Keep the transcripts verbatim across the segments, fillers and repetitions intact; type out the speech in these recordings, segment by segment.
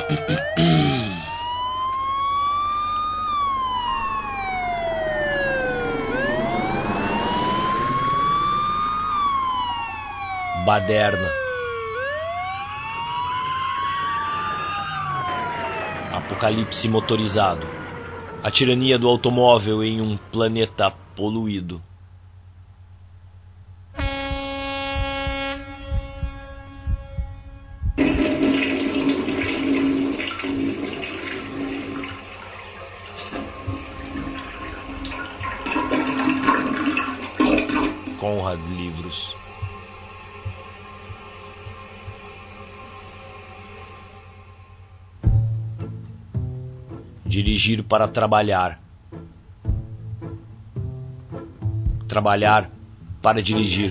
Baderna. Apocalipse motorizado. A tirania do automóvel em um planeta poluído. Conrad Livros. Dirigir para trabalhar. Trabalhar para dirigir.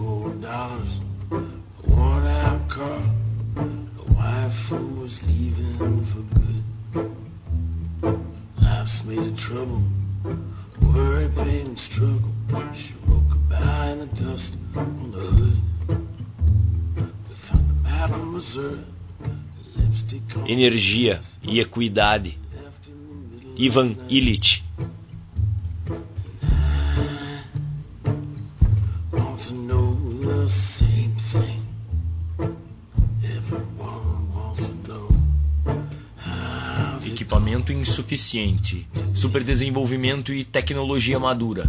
Energia e equidade. Ivan Illich. Equipamento insuficiente, superdesenvolvimento e tecnologia madura.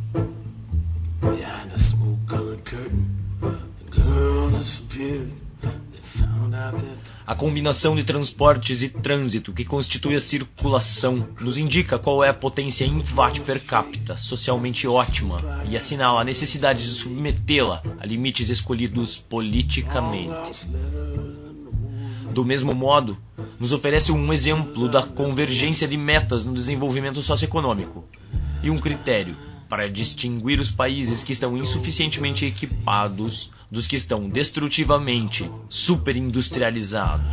A combinação de transportes e trânsito que constitui a circulação nos indica qual é a potência em watt per capita socialmente ótima e assinala a necessidade de submetê-la a limites escolhidos politicamente. Do mesmo modo, nos oferece um exemplo da convergência de metas no desenvolvimento socioeconômico e um critério para distinguir os países que estão insuficientemente equipados dos que estão destrutivamente superindustrializados.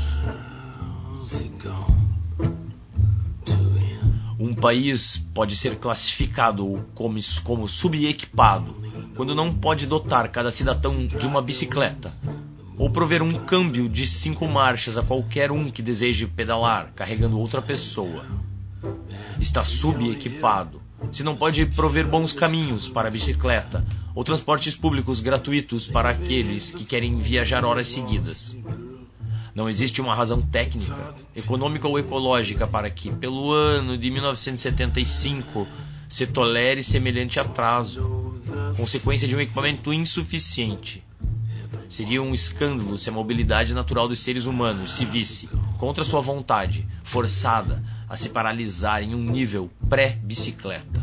Um país pode ser classificado como, como subequipado quando não pode dotar cada cidadão de uma bicicleta ou prover um câmbio de cinco marchas a qualquer um que deseje pedalar carregando outra pessoa. Está subequipado se não pode prover bons caminhos para a bicicleta ou transportes públicos gratuitos para aqueles que querem viajar horas seguidas. Não existe uma razão técnica, econômica ou ecológica para que, pelo ano de mil novecentos e setenta e cinco, se tolere semelhante atraso, consequência de um equipamento insuficiente. Seria um escândalo se a mobilidade natural dos seres humanos se visse, contra sua vontade, forçada a se paralisar em um nível pré-bicicleta.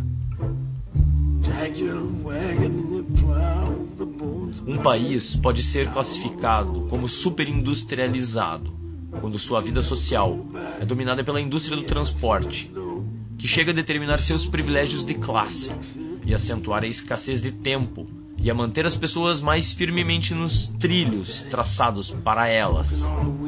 Um país pode ser classificado como superindustrializado quando sua vida social é dominada pela indústria do transporte, que chega a determinar seus privilégios de classe e acentuar a escassez de tempo e a manter as pessoas mais firmemente nos trilhos traçados para elas.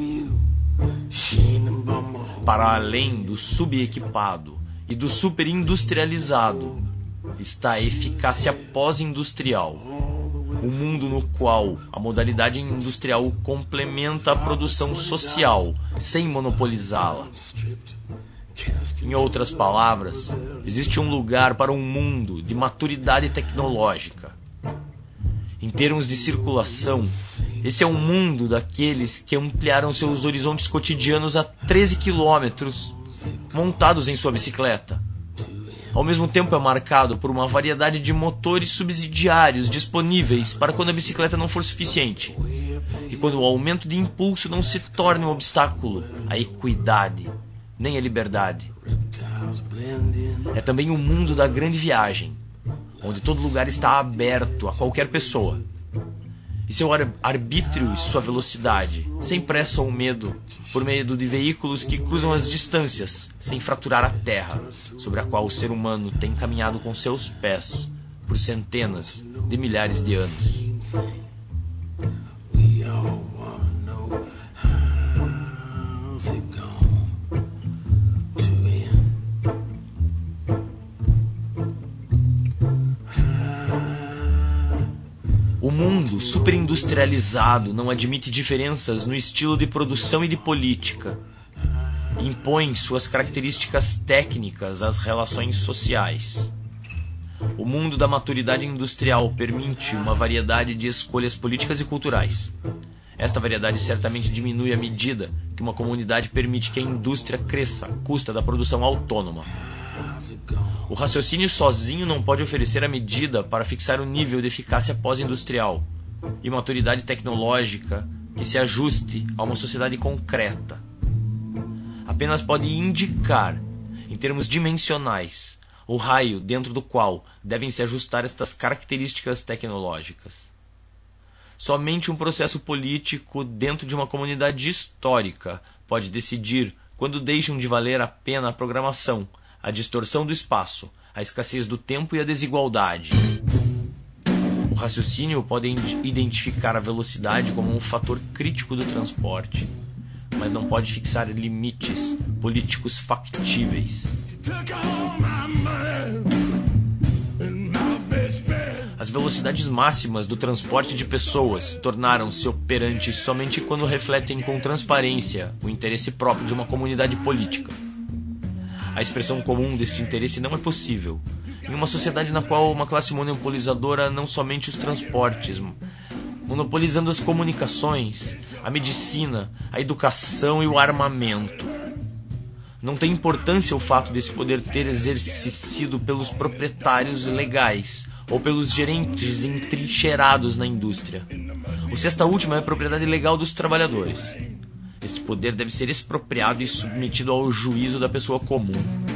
Para além do subequipado e do superindustrializado está a eficácia pós-industrial, um mundo no qual a modalidade industrial complementa a produção social sem monopolizá-la. Em outras palavras, existe um lugar para um mundo de maturidade tecnológica. Em termos de circulação, esse é um mundo daqueles que ampliaram seus horizontes cotidianos a treze quilômetros, montados em sua bicicleta. Ao mesmo tempo é marcado por uma variedade de motores subsidiários disponíveis para quando a bicicleta não for suficiente, e quando o aumento de impulso não se torne um obstáculo à equidade, nem à liberdade. É também o mundo da grande viagem, onde todo lugar está aberto a qualquer pessoa, e seu arbítrio e sua velocidade, sem pressa ou medo, por meio de veículos que cruzam as distâncias, sem fraturar a terra, sobre a qual o ser humano tem caminhado com seus pés por centenas de milhares de anos. O mundo superindustrializado não admite diferenças no estilo de produção e de política. impõe suas características técnicas às relações sociais. O mundo da maturidade industrial permite uma variedade de escolhas políticas e culturais. Esta variedade certamente diminui à medida que uma comunidade permite que a indústria cresça à custa da produção autônoma. O raciocínio sozinho não pode oferecer a medida para fixar o nível de eficácia pós-industrial e maturidade tecnológica que se ajuste a uma sociedade concreta. Apenas pode indicar, em termos dimensionais, o raio dentro do qual devem se ajustar estas características tecnológicas. Somente um processo político dentro de uma comunidade histórica pode decidir quando deixam de valer a pena a programação, a distorção do espaço, a escassez do tempo e a desigualdade. O raciocínio pode identificar a velocidade como um fator crítico do transporte, mas não pode fixar limites políticos factíveis. As velocidades máximas do transporte de pessoas tornaram-se operantes somente quando refletem com transparência o interesse próprio de uma comunidade política. A expressão comum deste interesse não é possível em uma sociedade na qual uma classe monopolizadora não somente os transportes, monopolizando as comunicações, a medicina, a educação e o armamento. Não tem importância o fato desse poder ter exercido pelos proprietários legais ou pelos gerentes entrincheirados na indústria, ou se esta última é a propriedade legal dos trabalhadores. Este poder deve ser expropriado e submetido ao juízo da pessoa comum.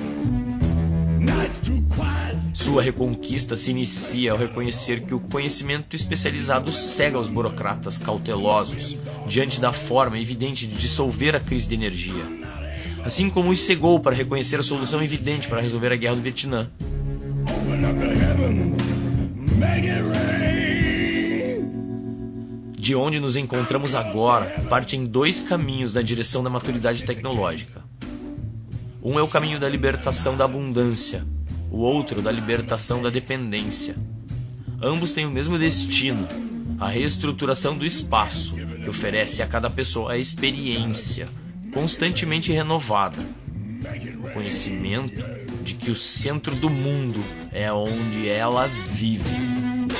Sua reconquista se inicia ao reconhecer que o conhecimento especializado cega os burocratas cautelosos diante da forma evidente de dissolver a crise de energia, assim como os cegou para reconhecer a solução evidente para resolver a guerra do Vietnã. De onde nos encontramos agora, partem dois caminhos na direção da maturidade tecnológica. Um é o caminho da libertação da abundância, o outro da libertação da dependência. Ambos têm o mesmo destino, a reestruturação do espaço, que oferece a cada pessoa a experiência, constantemente renovada. O conhecimento de que o centro do mundo é onde ela vive.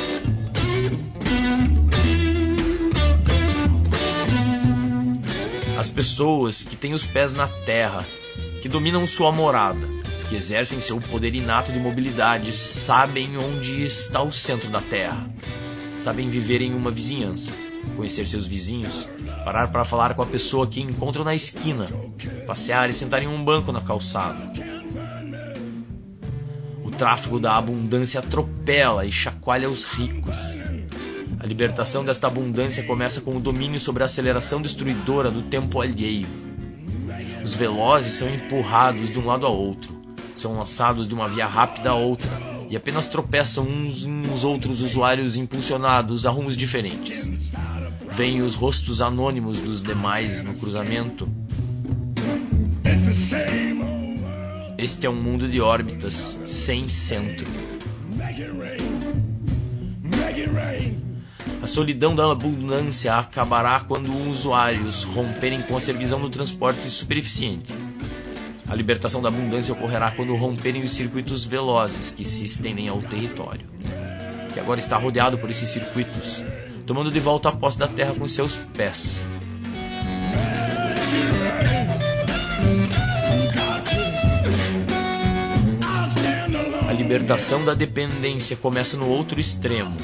As pessoas que têm os pés na terra, que dominam sua morada, que exercem seu poder inato de mobilidade, sabem onde está o centro da terra. Sabem viver em uma vizinhança, conhecer seus vizinhos, parar para falar com a pessoa que encontram na esquina, passear e sentar em um banco na calçada. O tráfego da abundância atropela e chacoalha os ricos. A libertação desta abundância começa com o domínio sobre a aceleração destruidora do tempo alheio. Os velozes são empurrados de um lado a outro, são lançados de uma via rápida a outra, e apenas tropeçam uns nos outros usuários impulsionados a rumos diferentes. Veem os rostos anônimos dos demais no cruzamento. Este é um mundo de órbitas sem centro. A solidão da abundância acabará quando os usuários romperem com a servidão do transporte supereficiente. A libertação da abundância ocorrerá quando romperem os circuitos velozes que se estendem ao território, que agora está rodeado por esses circuitos, tomando de volta a posse da terra com seus pés. A libertação da dependência começa no outro extremo.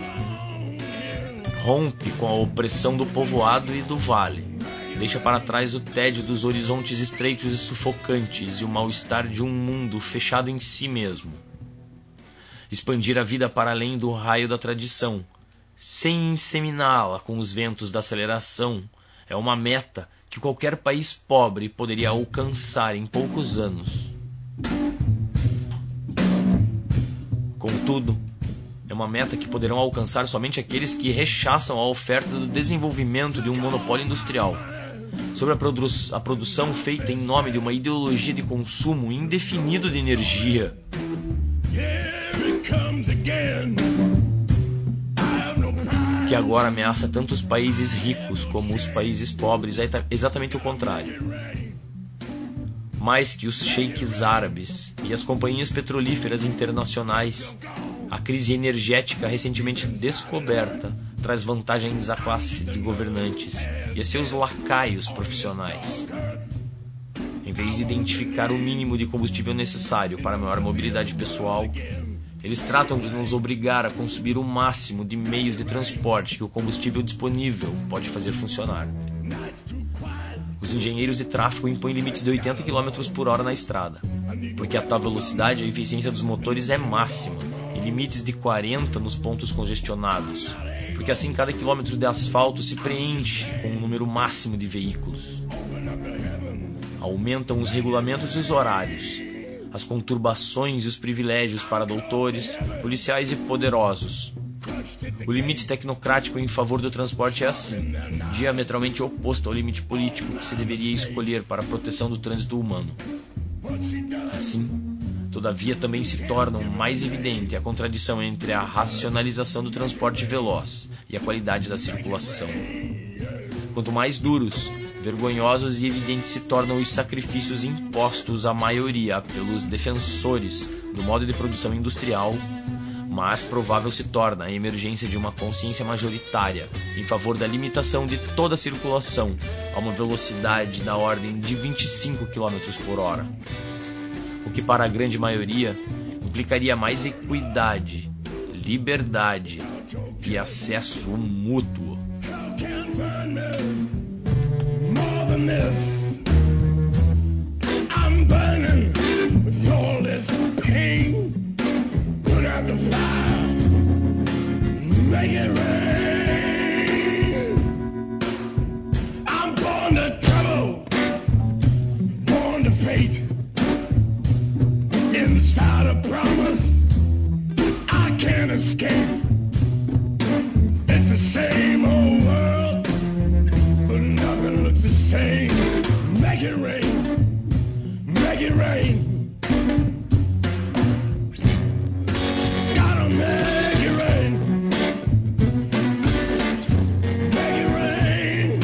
Rompe com a opressão do povoado e do vale. Deixa para trás o tédio dos horizontes estreitos e sufocantes e o mal-estar de um mundo fechado em si mesmo. Expandir a vida para além do raio da tradição, sem inseminá-la com os ventos da aceleração, é uma meta que qualquer país pobre poderia alcançar em poucos anos. Contudo, é uma meta que poderão alcançar somente aqueles que rechaçam a oferta do desenvolvimento de um monopólio industrial, sobre a, produ a produção feita em nome de uma ideologia de consumo indefinido de energia. Que agora ameaça tanto os países ricos como os países pobres, é exatamente o contrário. Mais que os sheiks árabes e as companhias petrolíferas internacionais, a crise energética recentemente descoberta traz vantagens à classe de governantes e a seus lacaios profissionais. Em vez de identificar o mínimo de combustível necessário para a maior mobilidade pessoal, eles tratam de nos obrigar a consumir o máximo de meios de transporte que o combustível disponível pode fazer funcionar. Os engenheiros de tráfego impõem limites de oitenta quilômetros por hora na estrada, porque a tal velocidade a eficiência dos motores é máxima, e limites de quarenta nos pontos congestionados, porque assim cada quilômetro de asfalto se preenche com um número máximo de veículos. Aumentam os regulamentos e os horários, as conturbações e os privilégios para doutores, policiais e poderosos. O limite tecnocrático em favor do transporte é assim, diametralmente oposto ao limite político que se deveria escolher para a proteção do trânsito humano. Assim, todavia também se torna mais evidente a contradição entre a racionalização do transporte veloz e a qualidade da circulação. Quanto mais duros, vergonhosos e evidentes se tornam os sacrifícios impostos à maioria pelos defensores do modo de produção industrial, mais provável se torna a emergência de uma consciência majoritária em favor da limitação de toda a circulação a uma velocidade na ordem de vinte e cinco quilômetros por hora, o que para a grande maioria implicaria mais equidade, liberdade e acesso mútuo. The fire, make it rain. I'm born to trouble, born to fate. Inside a promise, I can't escape. It's the same old world, but nothing looks the same. Make it rain, make it rain. Make it rain, make it rain.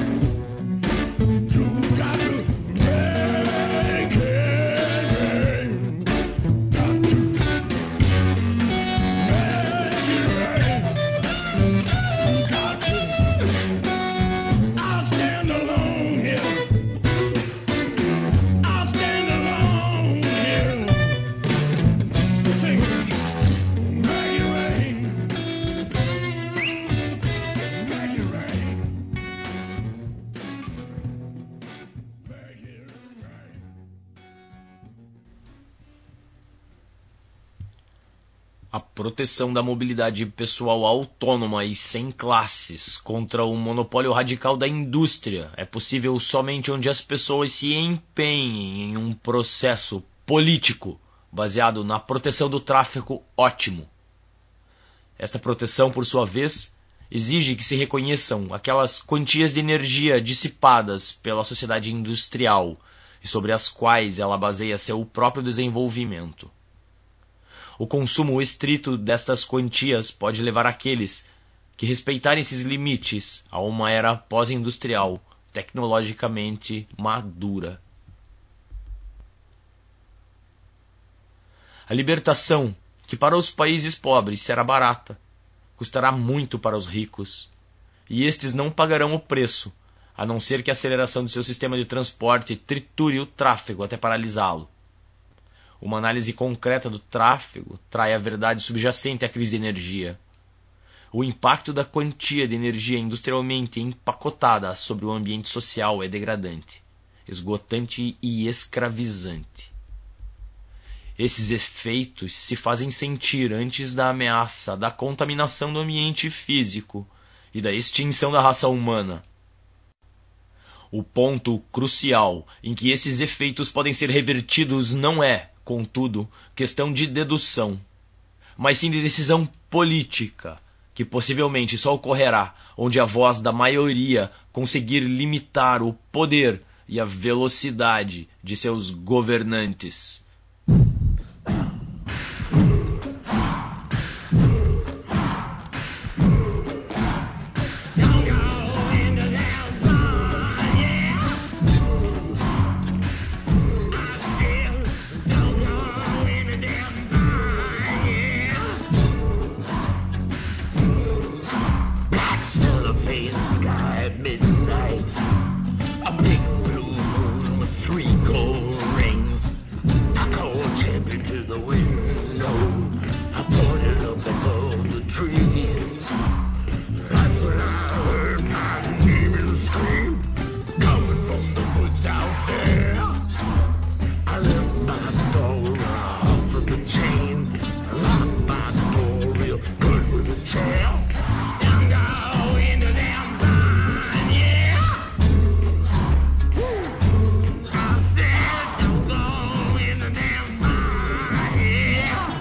You got to make it rain. Got to make it rain. You got to. I'll stand alone here. I'll stand alone here. Sing. A proteção da mobilidade pessoal autônoma e sem classes contra o monopólio radical da indústria é possível somente onde as pessoas se empenhem em um processo político baseado na proteção do tráfego ótimo. Esta proteção, por sua vez, exige que se reconheçam aquelas quantias de energia dissipadas pela sociedade industrial e sobre as quais ela baseia seu próprio desenvolvimento. O consumo estrito destas quantias pode levar aqueles que respeitarem esses limites a uma era pós-industrial tecnologicamente madura. A libertação, que para os países pobres será barata, custará muito para os ricos, e estes não pagarão o preço, a não ser que a aceleração do seu sistema de transporte triture o tráfego até paralisá-lo. Uma análise concreta do tráfego trai a verdade subjacente à crise de energia. O impacto da quantia de energia industrialmente empacotada sobre o ambiente social é degradante, esgotante e escravizante. Esses efeitos se fazem sentir antes da ameaça da contaminação do ambiente físico e da extinção da raça humana. O ponto crucial em que esses efeitos podem ser revertidos não é, contudo, questão de dedução, mas sim de decisão política, que possivelmente só ocorrerá onde a voz da maioria conseguir limitar o poder e a velocidade de seus governantes. at midnight. A big blue moon with three gold rings. I called champion to the window. I pointed up above the trees. That's when I heard my neighbor scream, coming from the woods out there. I left my door off of the chain, locked my door real good with a chair. And go into them barn, yeah. Woo. I said, don't go into them barn, yeah.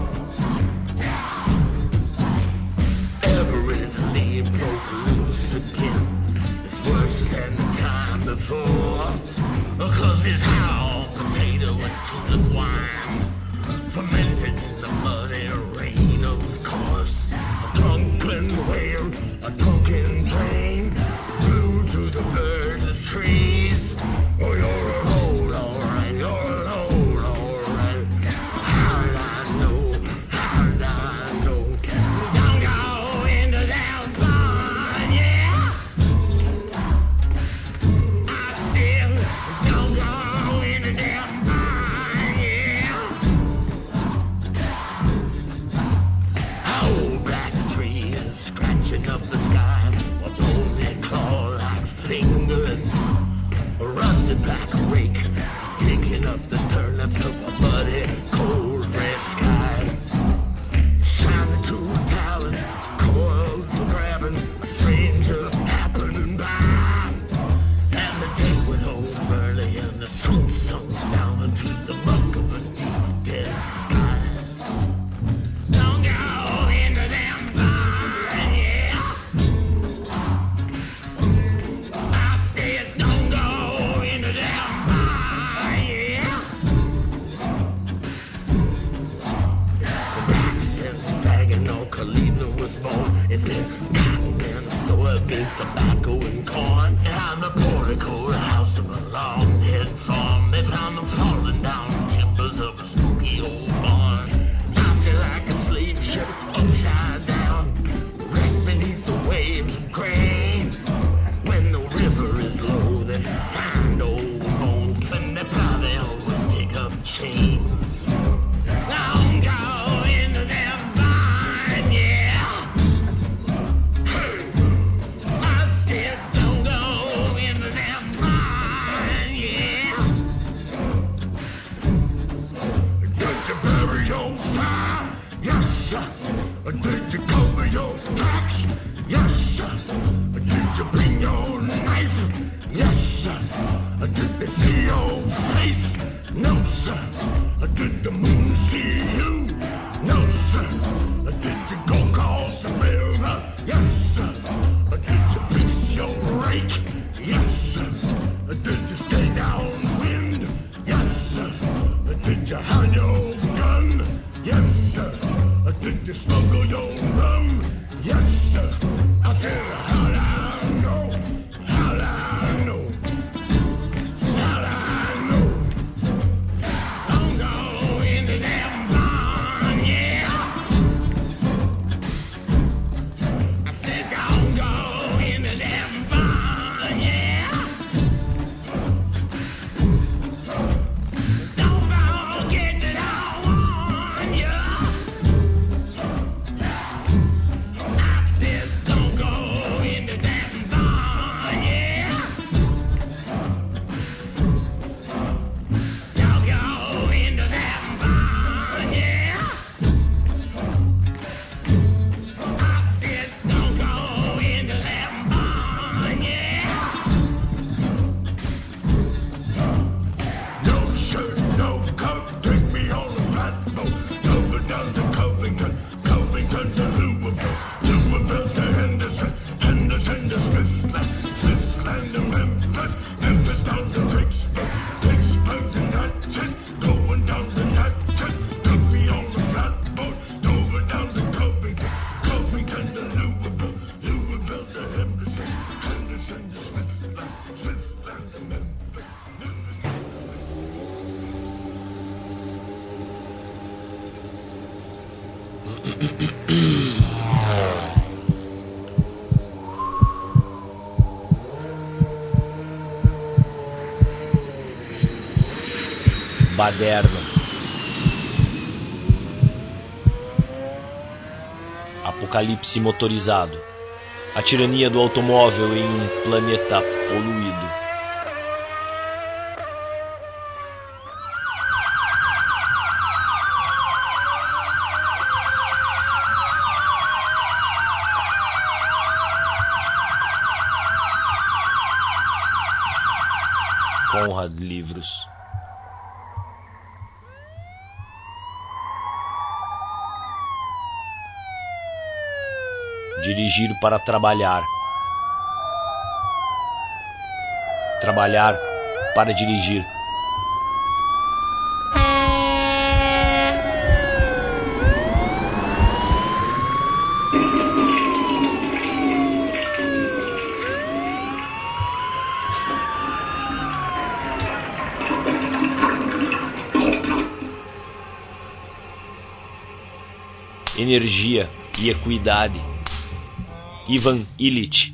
Every leaf broke loose again. It's worse than the time before. Cause it's how potato and tulip wine fermented in the muddy rain, of course. A drunken whale, a drunken train blew through the birdless trees. Oh, you're a load, alright, you're a load, alright. How'd I know, how'd I know? Don't go into that barn, yeah. I said, don't go into that barn, yeah. Old black tree is scratching up the sky with bony claw-like fingers. A rusted black rake digging up the turnips of a muddy, cold red sky. Shining two talons, coiled for grabbing a stranger happening by. And the day went old early and the sun sunk down into the muck of a deep dead sky. Don't go into them barn, yeah. I said don't go into them barn, yeah. The rocks and Saginaw, Cleveland was born. It's been cotton and soybeans, tobacco and corn. And the portico, the house of a long dead farm. They found them falling down timbers of a spooky old barn. Knocked it like a slave ship upside down, wrecked beneath the waves of grain. When the river is low, they find old bones, and they probably always take up chains. Don't go into them barn, yeah. Hey, I said don't go into them barn, yeah. Did you bury your fire? Yes, sir. Did you cover your tracks? Yes, sir. Did you bring your knife? Yes, sir. Did they see your face? No, sir. Did the moon see you? No, sir. Did you go across the river? Yes, sir. Did you fix your rake? Yes, sir. Did you stay downwind? Yes, sir. Did you hide your gun? Yes, sir. Did you smuggle your rum? Yes, sir. I said, how'd I know? How'd I know? How'd I know? Don't go into them barn, yeah. I said, don't go into them barn, yeah. Don't forget that I warned you. I said, don't go into that barn, yeah. Don't go into that barn, yeah. I said, don't go into that barn, yeah. No shirt, no coat, take me on a flatboat. Over down to Covington, Covington to Louisville, Louisville to Henderson, Henderson to Smithland, Smithland to Memphis, Memphis down to Vicksburg, Vicksburg to Natchez, going down to Natchez. Took me on a flatboat, over down to Covington, Covington to Louisville, Louisville to Henderson, Henderson to Smithland, Smithland to Memphis, Memphis. baderna, apocalipse motorizado, a tirania do automóvel em um planeta poluído. Conrad Livros. Dirigir para trabalhar. Trabalhar para dirigir. Energia e equidade. Ivan Illich.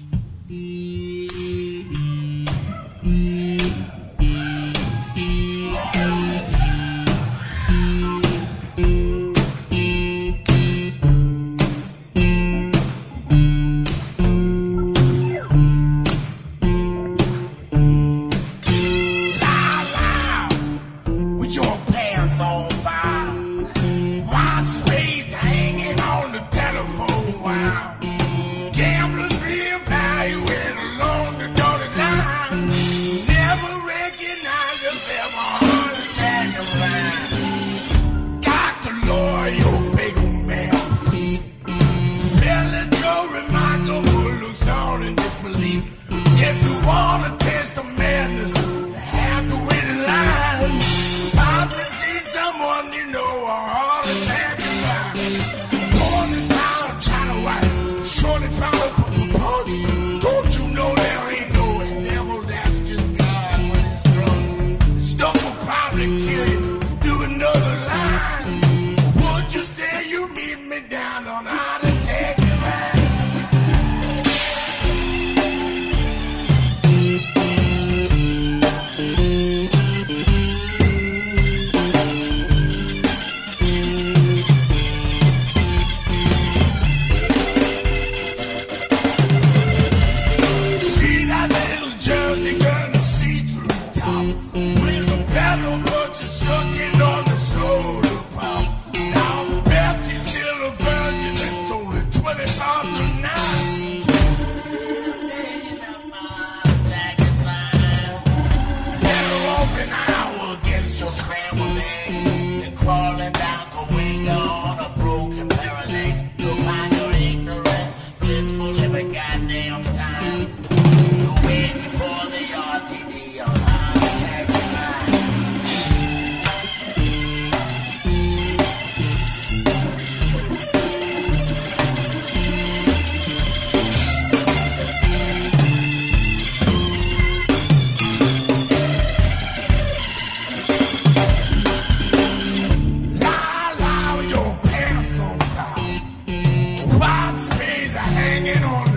Hanging on